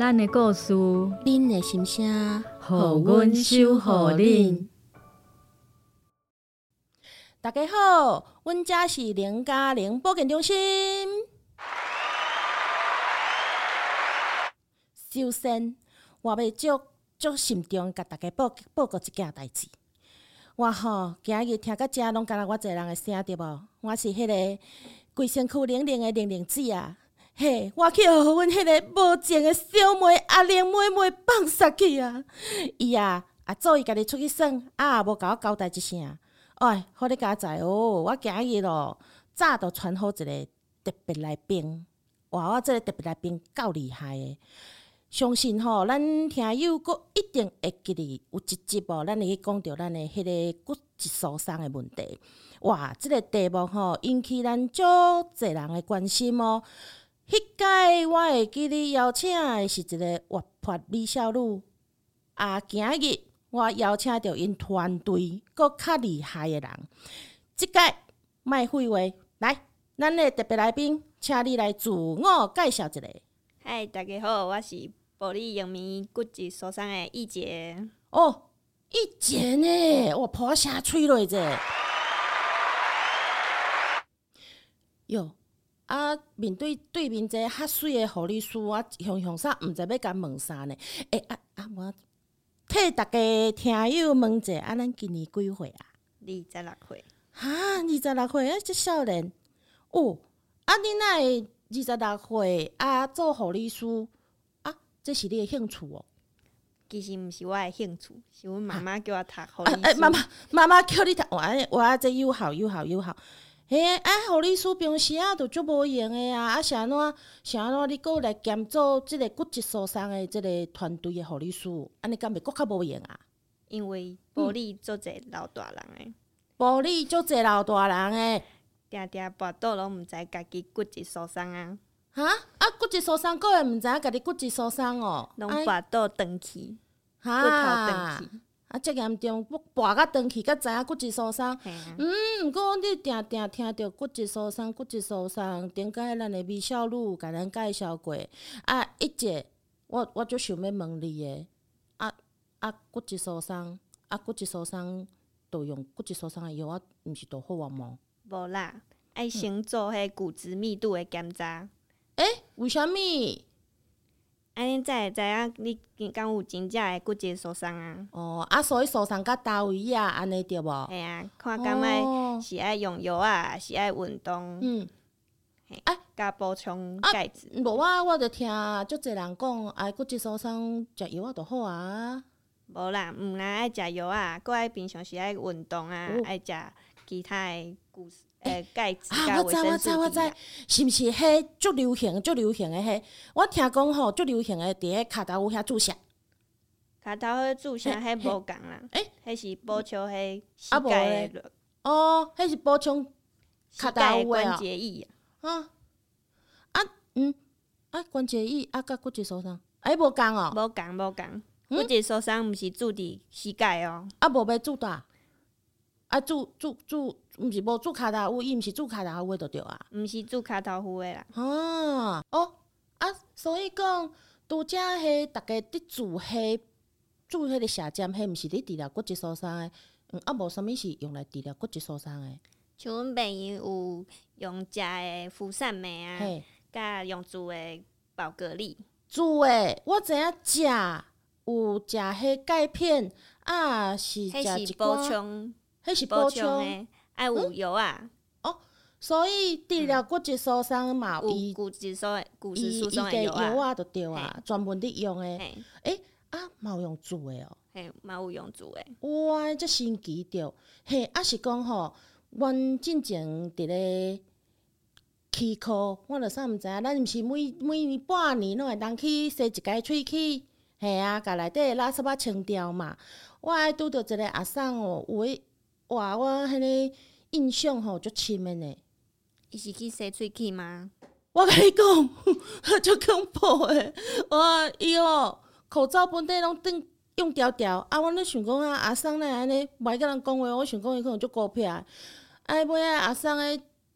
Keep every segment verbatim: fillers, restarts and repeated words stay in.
咱的故事， 恁的心声， 互阮守护恁。 大家好，阮这是零加零保健中心。首先，我要足足慎重甲大家报报告一件代志。我吼今日听到遮，拢敢若我一个人的声对无？我是迄个规身躯冷冷的玲玲子啊！嘿，我去互阮迄个无情的小妹阿玲妹妹放杀去啊！伊啊啊做伊家己出去耍，啊也无甲我交代一声。哎，好你家知哦，我今日咯早就传好一个特别来宾。哇，我这个特别来宾够厉害的。相信吼，咱听友阁一定会记哩，有一集哦，咱会去讲到咱的迄个骨质疏松的问题。哇，即、这个题目吼引起咱足侪人的关心哦。迄届我会记哩邀请的是一个活泼美少女，啊，今日我邀请到因团队阁较厉害的人。即届莫废话，来，咱的特别来宾，请你来自我介绍一下。 嗨，大家好，我是保利영미骨质疏松的易杰。 哦，易杰呢？我破声吹落者。哟，啊，面对对面这较水的护理师，我向向啥毋知要甲问啥呢？诶、欸，啊啊，我替大家听友问者，啊，咱今年几岁啊？ 二十六岁。 哈，二十六岁啊，这少年。哦，啊，你哪会二十六岁啊做护理师？啊，这是你的兴趣哦？ 其实毋是我的兴趣，是阮妈妈叫我读护理师。 啊，欸、妈妈妈妈叫你读，哇，哇，这友好友好友好。嘿，啊，护理师平时啊，就足无闲的啊，啊，是安怎是安怎？你搁来兼做即个骨质疏松的即个团队的护理师，安尼敢袂搁较无闲啊？ 因为保利足侪老大人诶， 保利足侪老大人诶， 定定跋倒拢毋知家己骨质疏松啊。 哈啊，骨质疏松，个会毋知影家己骨质疏松哦， 拢跋倒长去， 哈骨头长去。 啊，遮严重，跋到长去，才知影骨质疏松。嗯，毋过你定定听到骨质疏松、骨质疏松，顶摆咱的美少女甲咱介绍过。啊，一节我我就想要问你诶，啊啊，骨质疏松，啊骨质疏松，着用骨质疏松的药啊，毋是着好啊吗？ 无啦，爱先做迄骨质密度的检查。 诶、欸，为虾米？ 安尼才会知影你敢有真正的骨质疏松啊？ 哦，啊，所以疏松到倒位啊，安尼对无？ 嘿啊，看敢爱是爱用药啊，是爱运动， 嗯， 嘿，甲补充钙质。 无我我着听足侪人讲，啊，骨质疏松食药啊就好啊。 无啦，毋若爱食药啊，搁爱平常时爱运动啊， 哦、 爱食其他的骨诶钙质啊， 甲维我知我生素知我知 D 啊。， 是毋是迄足流行足流行的迄？我听讲吼，足流行的伫咧骹头有遐注射。 骹头迄注射迄无共啦， 诶， 迄是补充迄啊膝盖的哦，迄是补充膝骹盖的关头有诶哦。 节液啊。 啊啊嗯啊关节液啊，甲骨质疏松，哎无共哦。 无共无共，骨质疏松毋是注伫膝盖哦。 啊无要注大，啊注注注，毋是无注骹头有，伊毋是注骹头有就对啊。 毋是注骹头糊的啦。 啊哦啊，所以讲拄则迄逐家伫注迄注迄个射针，迄毋是伫治疗骨质疏松的，嗯啊无啥物是用来治疗骨质疏松的。 像阮病友有用食的福善美啊， 嘿， 甲用注的宝格丽。 注诶，我知影食有食迄钙片啊，是食迄是补一寡， 充， 迄是补补充。 充的，爱有药啊。 所以治疗骨质疏松嘛， 有伊骨质疏骨质伊伊疏松的个药啊。 药啊，就对啊，专门伫用诶。 嘿， 诶啊，嘛有用注诶哦。 嘿，嘛有用注的。 哇，这神奇着！嘿，啊是讲吼，阮进前伫咧起课，我着啥毋知影，咱毋是每每年半年拢会当去洗一家喙齿，嘿啊，甲内底诶垃圾仔清掉嘛。我爱拄着一个阿送哦，有诶，哇，我迄个印象吼足深诶呢。 伊是去洗喙齿吗？ 我甲你讲，足恐怖诶！哇，伊哦，口罩本底拢顶用条条，啊，我咧想讲啊，阿送哪安尼，歹甲人讲话，我想讲伊可能足孤僻。啊，尾仔阿送诶，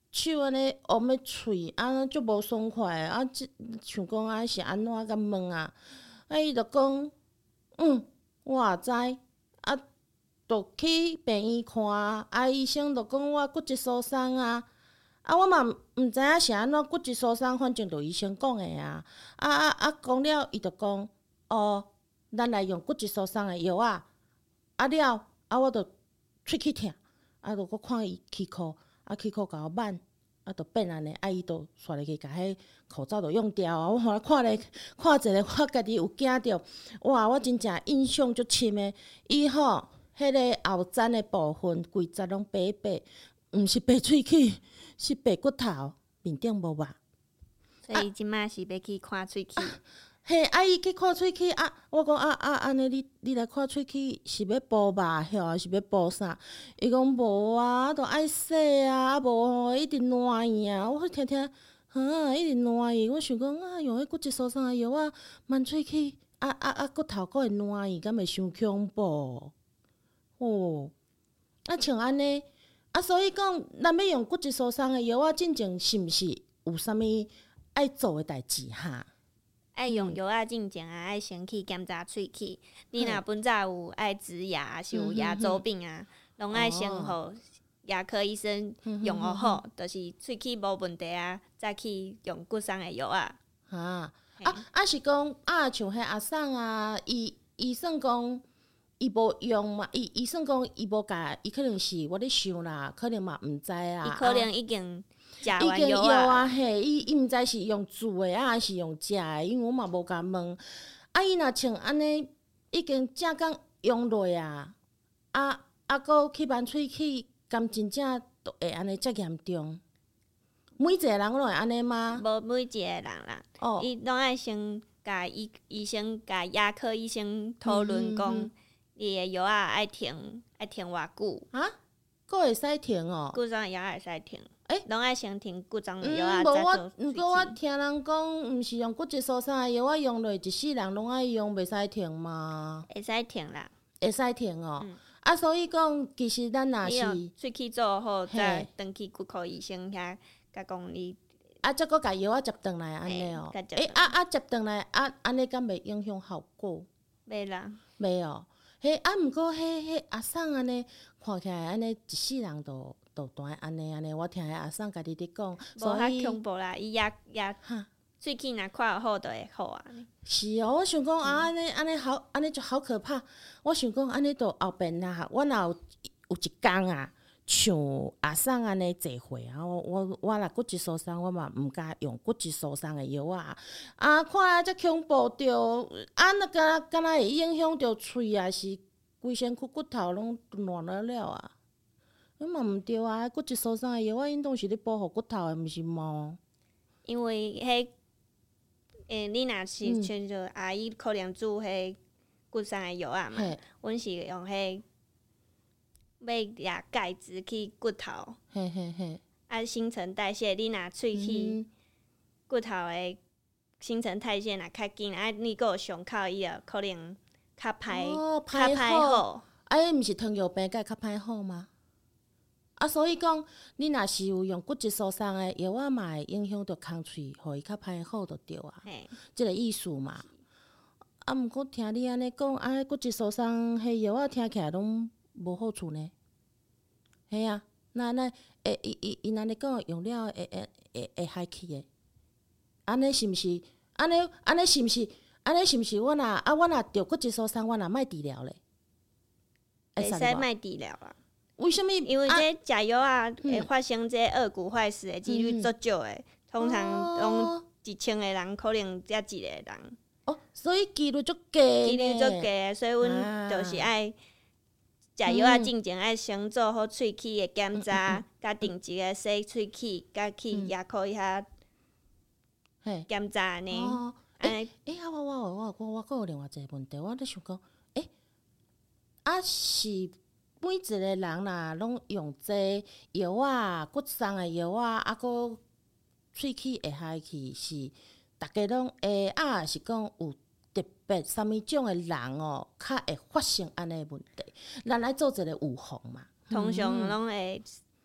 手安尼往咧喙，啊，足无爽快啊！即想讲啊是安怎甲问啊？啊，伊就讲，嗯，我也知，啊，就去病院看，啊，医生就讲我骨质疏松啊，啊，我嘛毋知影是安怎骨质疏松，反正就医生讲的啊，啊啊啊，讲了，伊就讲，哦，咱来用骨质疏松的药啊，啊了，啊，我就喙齿疼，啊，就搁看伊齿科。啊，齿科甲我挽，啊，就变安尼，啊，伊就煞入去，甲迄口罩就用掉啊。我后来看咧，看一个，我家己有惊着，哇！我真正印象足深诶。伊吼，迄个后层诶部分，规则拢白白，毋是白喙齿，是白骨头，面顶无肉。 所以即摆是要去看喙齿。 嘿，啊伊去看喙齿啊！我讲啊啊，安尼你你来看喙齿是要补肉晓，是要补啥？伊讲无啊，都爱洗啊，啊无吼一直烂伊啊！我听听，哈，一直烂伊。我想讲啊，用迄骨质疏松诶药啊，慢喙齿啊啊啊，骨头阁会烂伊，敢袂伤恐怖？哦，啊像安尼啊，所以讲咱要用骨质疏松诶药啊，进前是毋是有啥物爱做诶代志哈？ 爱用药仔进前啊，爱先去检查喙齿。你若本早有爱植牙，还是有牙周病啊，拢爱先互牙科医生用互好，就是喙齿无问题啊，再去用骨松的药啊。 哈啊啊是讲啊，像迄阿送啊，伊伊算讲伊无用嘛，伊伊算讲伊无甲，伊可能是我咧想啦，可能嘛毋知啦。 伊可能已经。食已经药完药啊， 啊，嘿，伊伊毋知是用煮的啊，还是用食的，因为我嘛无甲问。啊，伊若像安尼，已经正工用落啊，啊啊，搁去挽喙齿，敢真正都会安尼遮严重？每一个人拢会安尼吗？ 无每一个人啦， 哦， 伊拢爱先甲医医生、甲牙科医生讨论讲，伊的药啊爱停，爱停偌久？ 啊，搁会使停哦？ 骨松的药会使停？ 诶， 拢爱先停骨松的嗯， 药啊， 无我， 再做毋过我听人讲，毋是用骨质疏松的药，我用落一世人拢爱用，袂使停吗？ 会使停啦， 会使停哦。 嗯啊，所以讲，其实咱若你用是喙齿做好，再转去骨科医生遐，甲讲你啊，则搁甲药啊接转来安尼哦。 嘿甲接诶，啊啊接转来啊，安尼敢袂影响效果？ 袂啦。 袂哦。迄啊，毋过迄迄阿送安尼看起来安尼一世人都都当安尼安尼，我听迄阿送家己伫讲， 无遐所以恐怖啦，伊牙牙哈喙齿若看好就会好啊。 是哦，我想讲啊，安尼安尼好，安尼就好可怕。我想讲安尼都后边啦，我若有有一工啊，像阿送安尼坐伙啊，我我我若骨质疏松，我嘛毋敢用骨质疏松的药啊。啊，看来遮恐怖着，啊那敢若敢若会影响着喙啊，是规身躯骨头拢烂了了啊。迄嘛毋对啊，骨质疏松的药啊，应当是咧保护骨头的，毋是吗？ 因为迄诶，你若是像着阿姨可能煮迄骨松的药啊嘛， 嘿， 阮是用迄要掠钙质去骨头， 嘿嘿嘿， 啊新陈代谢，你若喙齿嗯骨头的新陈代谢若较紧，啊你佫有上口伊就可能较歹哦， 较歹好。 歹好。 啊，迄毋是糖尿病，才较歹好吗？啊，所以讲，你若是有用骨质疏松的药啊，嘛会影响到空喙，互伊较歹好就对啊， 嘿， 即个意思嘛。啊，毋过听你安尼讲，啊，骨质疏松迄药啊，听起来拢无好处呢。嘿啊，那那会伊伊伊安尼讲用了会会会会害气的，安尼是毋是？安尼安尼是毋是？安尼是毋是？我若啊，我若着骨质疏松，我若莫治疗咧？ 会使莫治疗啦。 为什么？ 因为这食药啊，会嗯发生这二骨坏死的几率足少的，通常拢哦一千个人可能才一个人， 哦，所以几率足低呢， 几率足低的，所以阮就是爱食药啊进前爱先做好喙齿的检查，甲定期的洗喙齿，甲去牙科伊遐嘿， 检查安尼。 哦， 安诶尼诶，啊，我我我我我阁有另外一个问题，我咧想讲，诶，啊是每一个人啦，拢用这药啊，骨松的药啊，啊，搁喙齿会害去，是逐家拢会啊，是讲有特别啥物种的人哦，较会发生安尼问题，咱来做一个预防嘛。 通常拢会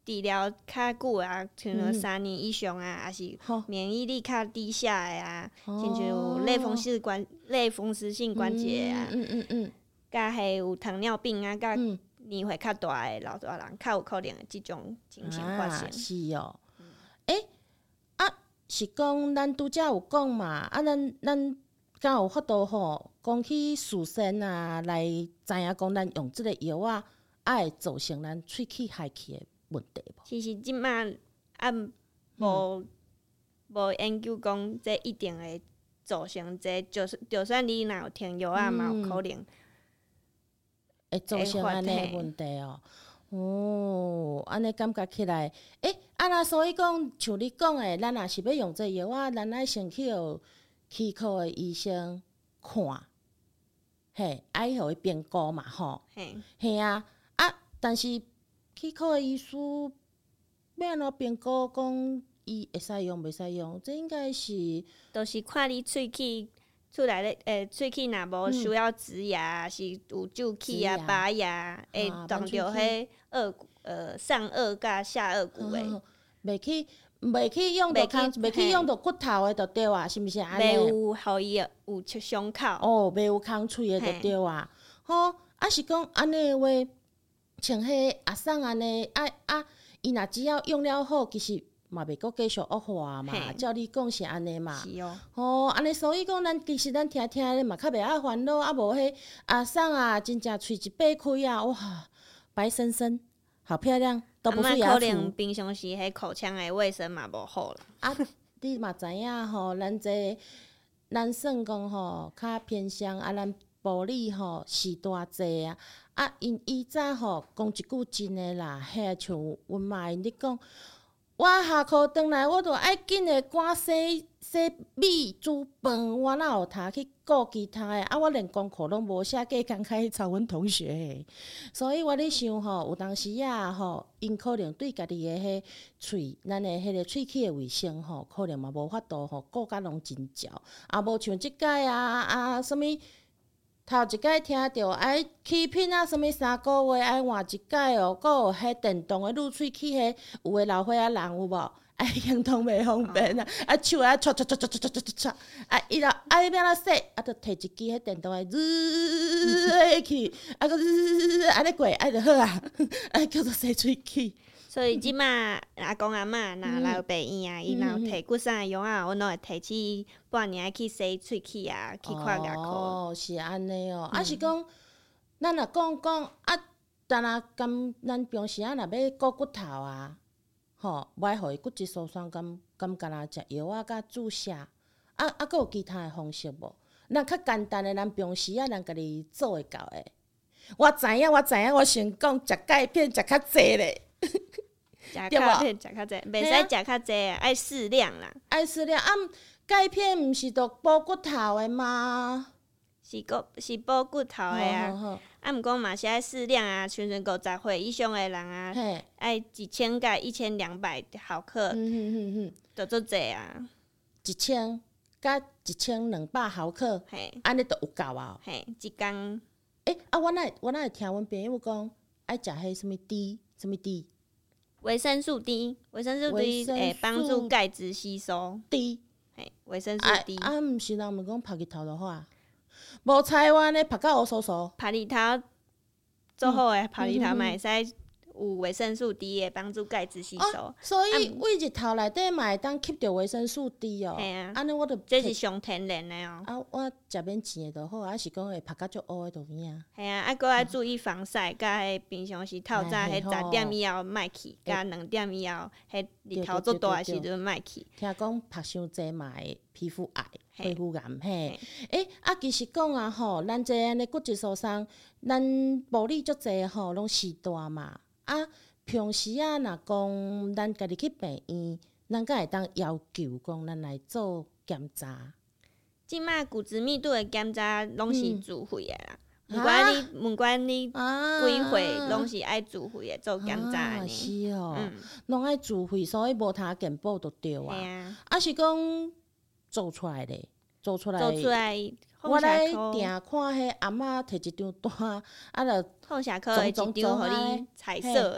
治疗较久啊，像说三年以上啊，还是免疫力较低下的啊，亲像有类风湿关类风湿性关节啊， 嗯嗯嗯， 甲迄有糖尿病啊，甲年岁较大的老大人，较有可能的即种情形发生。 啊、是哦，诶、欸、啊，是讲咱拄则有讲嘛，啊，咱咱敢有法度吼，讲去事先啊，来知影讲咱用即个药啊，啊会造成咱喙齿害去的问题无？ 其实即摆啊，无无研究讲这一定会造成这，就是就算你若有停药啊，嘛、嗯、有可能会造成安尼问题哦。哦，安尼感觉起来，诶、欸，啊那所以讲，像你讲的，咱若是要用这药啊，咱爱先去互齿科的医生看，嘿，爱互伊评估嘛吼。嘿，嘿啊，啊，但是齿科的医师要安怎评估讲伊会使用袂使用？这应该是， 就是看你喙齿。出来咧，诶，喙齿若无需要植牙，嗯、是有蛀齿啊、拔牙，会撞着迄颚骨，呃，上颚甲下颚骨诶。 袂去，袂去用到空，袂去用到骨头诶，就对啊，是毋是安尼？ 袂有，互伊有伤口。 哦，袂有空喙诶，就对啊。吼，啊是讲安尼诶话，像迄阿送安尼，啊啊，伊若只要用了好，其实。嘛袂阁继续恶化嘛，照你讲是安尼嘛。 是哦。 吼，安尼所以讲，咱其实咱听听咧嘛，较袂爱烦恼，啊无迄阿送啊，真正喙一掰开啊，哇，白生生，好漂亮，都不是牙齿。 可能平常时迄口腔诶卫生嘛无好啦。 啊，你嘛知影吼，咱这咱算讲吼，较偏向啊，咱部里吼时大济啊，啊因以早吼讲一句真诶啦，迄像阮妈因咧讲。我下课转来，我著爱紧诶赶洗洗米煮饭，我哪有通去顾其他诶？啊，我连功课拢无写，计工开去抄阮同学诶。所以我咧想吼，有当时啊吼，因可能对家己诶迄喙，咱诶迄个喙齿诶卫生吼，可能嘛无法度吼顾甲拢真照，啊无像即摆啊啊什物。头一摆听着爱起品啊，什物三个月爱换一摆哦，阁有迄电动诶滤喙齿迄，有诶老岁仔人有无？爱行动袂方便啊，啊手啊搓搓搓搓搓搓搓搓，啊伊若爱要安怎洗，啊著摕一支迄电动诶，滋去，啊搁滋安尼过，啊著好啊，啊叫做洗喙齿。 所以即摆阿公阿嬷若来有病院啊，伊若有摕骨啥药啊，阮拢会提起半年去洗喙齿啊，去看牙科。 哦，是安尼哦，啊是讲，咱若讲讲啊，但若甘咱平时啊，若要顾骨头啊，吼，无爱互伊骨质疏松，敢敢干若食药啊，甲注射，啊啊，阁有其他诶方式无？咱较简单诶，咱平时啊，咱家己做会到诶。我知影，我知影，我先讲食钙片食较济咧。 食钙片食较济，袂使食较济啊，爱适量啦。 爱适量啊，钙片毋是着补骨头诶吗？ 是骨是补骨头诶啊，啊毋过嘛是爱适量啊，像像五十岁以上诶人啊，爱一千甲一千两百毫克，嗯嗯嗯嗯，着足济啊。 一千甲一千两百毫克，嘿，安尼着有够啊。 嘿，一工。 诶、欸，啊，我哪会我哪会听阮朋友讲爱食迄什物 D， 什物 D？ 维生素 D， 维生素 D 会帮助钙质吸收。 D， 嘿，维生素 D。 啊，啊，毋是人问讲晒日头就好啊？无台湾咧晒到乌酥酥。 晒日头做好诶，晒日头嘛会使有维生素 D 会帮助钙质吸收。 哦，所以胃日头内底嘛会当吸着维生素 D 哦。 嘿啊， 安尼我著这是上天然诶哦。 啊，我食免钱诶就好，还是讲会晒到足乌诶就有影。 嘿啊，啊，搁爱注意防晒，甲迄平常时透早迄十点以后莫去，甲两点以后迄日头足大诶时阵莫去。 听讲晒伤济嘛会皮肤癌、皮肤癌嘿。诶、欸，啊，其实讲啊吼，咱这安尼骨质疏松，咱部里足济吼拢时大嘛。啊，平时啊，若讲咱家己去病院，咱敢会当要求讲咱来做检查。 即摆骨质密度的检查拢是自费的啦，毋、嗯、管你毋、啊、管你几岁，拢、啊、是爱自费的做检查的、啊。 是哦，拢、嗯、爱自费，所以无通健保就对啊。啊，啊是讲做出来的，做出来。 做出来。 我来定看迄阿嬷摕一张单，啊，著放下课的一张互你彩色的，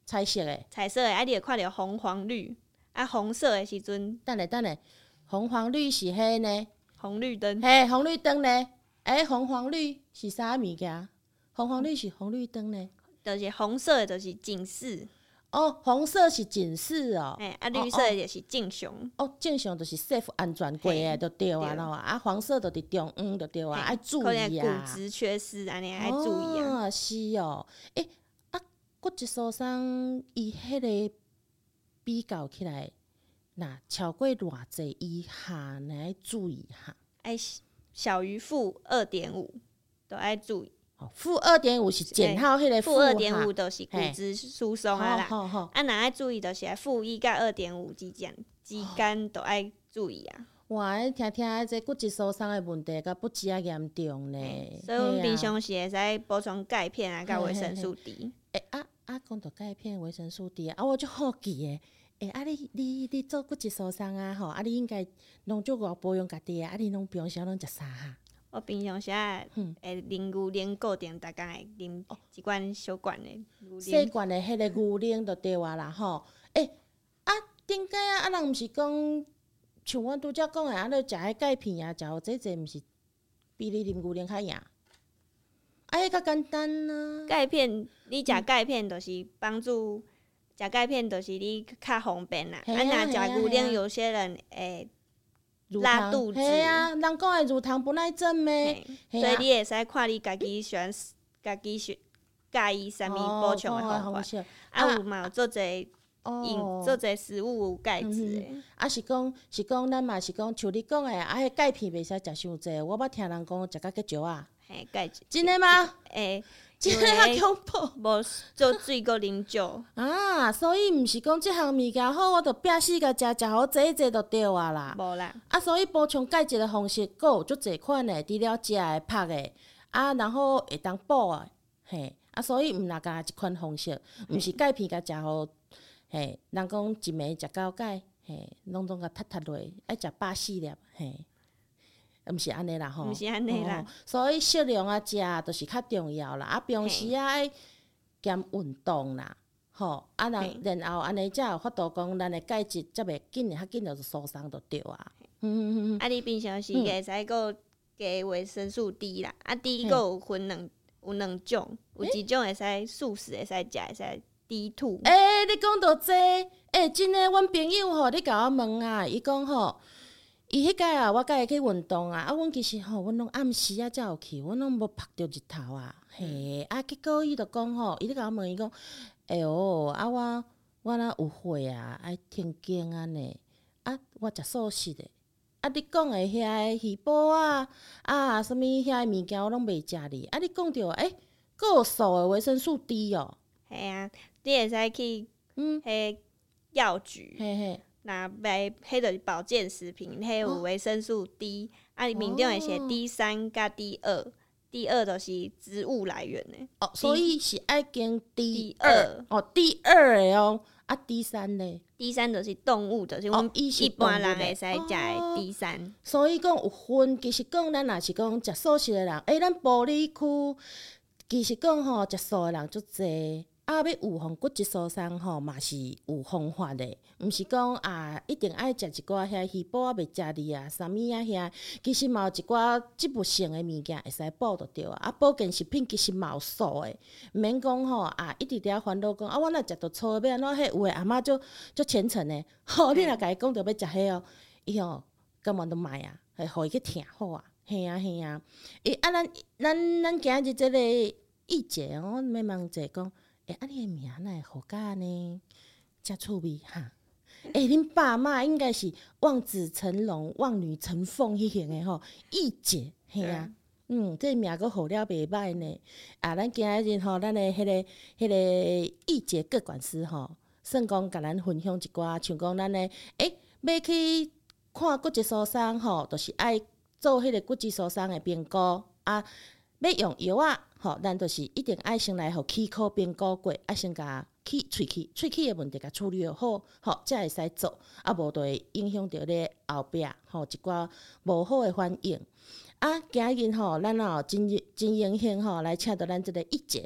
彩色的， 彩色的，啊，你会看到红黄绿，啊，红色的时阵， 等下等下，红黄绿是迄呢？ 红绿灯， 嘿，红绿灯呢？诶、红黄绿是啥物件？红黄绿是红绿灯呢？ 就是红色的就是警示， 哦，红色是警示哦。 哎、啊，绿色的就是正常。 哦，正常就是 safe 安全过的就对啊， 对咯啊，黄色就伫中央就对啊，爱注可能骨意啊。 质缺失，安尼爱注意啊。 哦，是哦，诶、啊，骨质疏松伊迄个比较起来，若超过偌济以下，你爱注意哈。 爱小于负二点五都爱注意。 哦，负二点五是减号迄个负二点哈五就是骨质疏松啊啦。 好好好， 啊，若爱注意就是负一甲二点五之间之间都爱注意啊。 哇，听听这骨质疏松的问题，甲不止啊严重呢。 所以阮嘿啊平常时会使补充钙片啊，甲维生素 D。 诶、啊啊，讲到钙片、维生素 D 啊，啊，我就好奇诶。诶、啊你你你做骨质疏松啊吼，啊你应该拢做偌保养家己啊，啊你拢平常拢食啥哈？ 我平常时啊会啉牛奶，固定逐工会啉一罐小罐的牛细奶。 罐的迄个牛奶就对啊啦吼。诶、啊顶解啊，啊人毋是讲像阮拄则讲诶，啊你食迄钙片啊，食好济济，毋是比你啉牛奶较赢？啊，迄较简单啊。 钙片，你食钙片就是帮助食钙片，就是你较方便啦。啊， 嘿啊若嘿啊食牛奶， 嘿啊有些人会乳糖拉肚子嘿啊，人讲诶乳糖不耐症咩？ 嘿，所以你会使看你家己喜欢，家己喜介意啥物补充诶方法。 式啊，有嘛有做侪饮哦， 做侪食物有钙质诶。 啊是讲是讲，咱嘛是讲，像你讲诶，啊，迄钙片袂使食伤济。我捌听人讲食甲结石啊， 嘿，钙质。 真诶吗？ 诶， 真诶较恐怖无做水搁啉酒。 啊！所以毋是讲即项物件好，我着拼死甲食，食好济济就对啊啦。 无啦。 啊，所以补充钙质诶方式，佫有足济款诶，除了食诶、拍诶，啊，然后会当补诶，嘿，啊，所以毋若干一款方式，毋是钙片甲食互，嘿，人讲一暝食九钙，嘿，拢总甲踢踢落，爱食百四粒，嘿。毋是安尼啦吼， 毋是安尼啦哦，所以适量啊食就是较重要啦。啊，平时啊爱兼运动啦，吼，啊，然然后安尼才有法度讲，咱的钙质才袂紧较紧就疏松就对啊。嗯嗯嗯嗯， 啊，你平常时会使搁加维生素 D 啦，啊 D 搁有分两有两种，有一种会使素食会使食，会使 D two。 诶、你讲到这，诶、真诶，阮朋友吼，你甲我问啊，伊讲吼。伊迄摆啊，我甲伊去运动啊，啊，阮其实吼，阮拢暗时啊才有去，阮拢无晒着日头啊，嘿，啊，结果伊就讲吼，伊咧甲我问伊讲，哎哟，啊我我若有血啊，爱停经啊呢，啊，我食素食的，啊，你讲诶遐鱼脯啊，啊，啥物遐物件我拢袂食哩，啊，你讲着诶，佫有素诶维生素 D 哦， 系啊，你会使去嗯， 迄药局。 嘿嘿。 若买迄就是保健食品，迄有维生素 D，、啊，面顶会写 D 三甲 D 二，D 二就是植物来源的。 哦，所以是爱经 D 二二哦，D 二的哦，啊 D 三呢？ D 三就是动物，就是阮哦伊是一般人动物的会使食的 D 三。 所以讲有分，其实讲咱若是讲食素食的人，诶、咱玻璃区其实讲吼食素的人足济。啊，要预防骨质疏松吼，嘛是有方法的，毋是讲啊一定爱食一寡遐鱼脯啊袂食哩啊，啥物啊遐，其实嘛有一寡植物性的物件会使补着着啊。啊，保健食品其实嘛有素的，毋免讲吼啊一直伫遐烦恼讲啊，我若食着粗的要安怎？迄有诶阿嬷足足虔诚的，吼，你若甲伊讲着要食迄哦，伊吼根本都卖啊，会互伊去听好啊，嘿啊嘿啊，诶啊咱咱咱今日即个意节哦，我要问者讲。欸、啊！你的名哪会好甲呢？遮趣味哈！诶、欸，恁爸妈应该是望子成龙、望女成凤迄型的吼，义姐嘿啊，嗯，这名佫好了袂歹呢。啊，咱今日吼，咱的迄、那个、迄、那个义姐各管师吼，算讲甲咱分享一寡，像讲咱的诶、欸，要去看骨质疏松吼，就是爱做迄个骨质疏松的评估啊。要用药啊，吼，咱就是一定爱先来互气口评估过，爱先甲气喙齿喙齿的问题甲处理好，吼，才会使做，啊，无就会影响着咧后壁吼一寡无好的反应。啊，今日吼，咱哦真真荣幸吼来请到咱即个一姐，啊，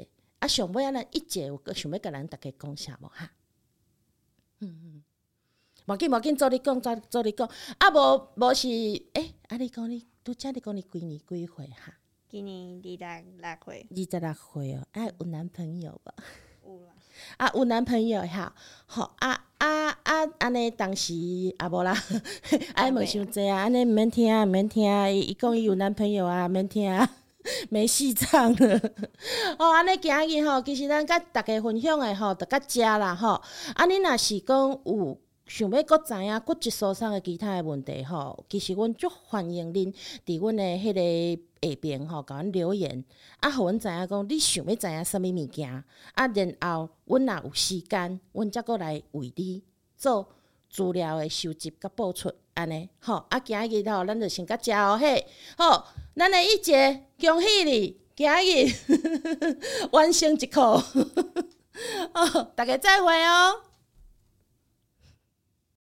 啊，上尾啊，咱一节有想要甲咱大家讲啥无哈？嗯嗯，无紧无紧，做你讲，做做你讲。啊，无无是，诶、欸，啊，你讲你拄则你讲你几年几岁哈？ 今年二十六岁。 二十六岁哦，啊，有男朋友无？ 有啦。 啊，有男朋友哈，吼啊啊啊，安尼当时啊无啦，爱问伤济啊，安尼毋免听，毋免听，伊伊讲伊有男朋友啊，毋免听，没戏唱了。哦，安尼今日吼，其实咱甲大家分享的吼，就到遮啦吼。啊，你若是讲有想要搁知影搁一疏松的其他的问题吼，其实阮足欢迎恁伫阮的迄个下边吼，甲阮留言，啊，互阮知影讲你想要知影啥物物件，啊，然后阮若有时间，阮则搁来为你做资料的收集甲播出，安尼吼。啊，今日吼，咱就先到遮哦，嘿，好，咱的一节恭喜你，今日完成一课，哦，大家再会哦。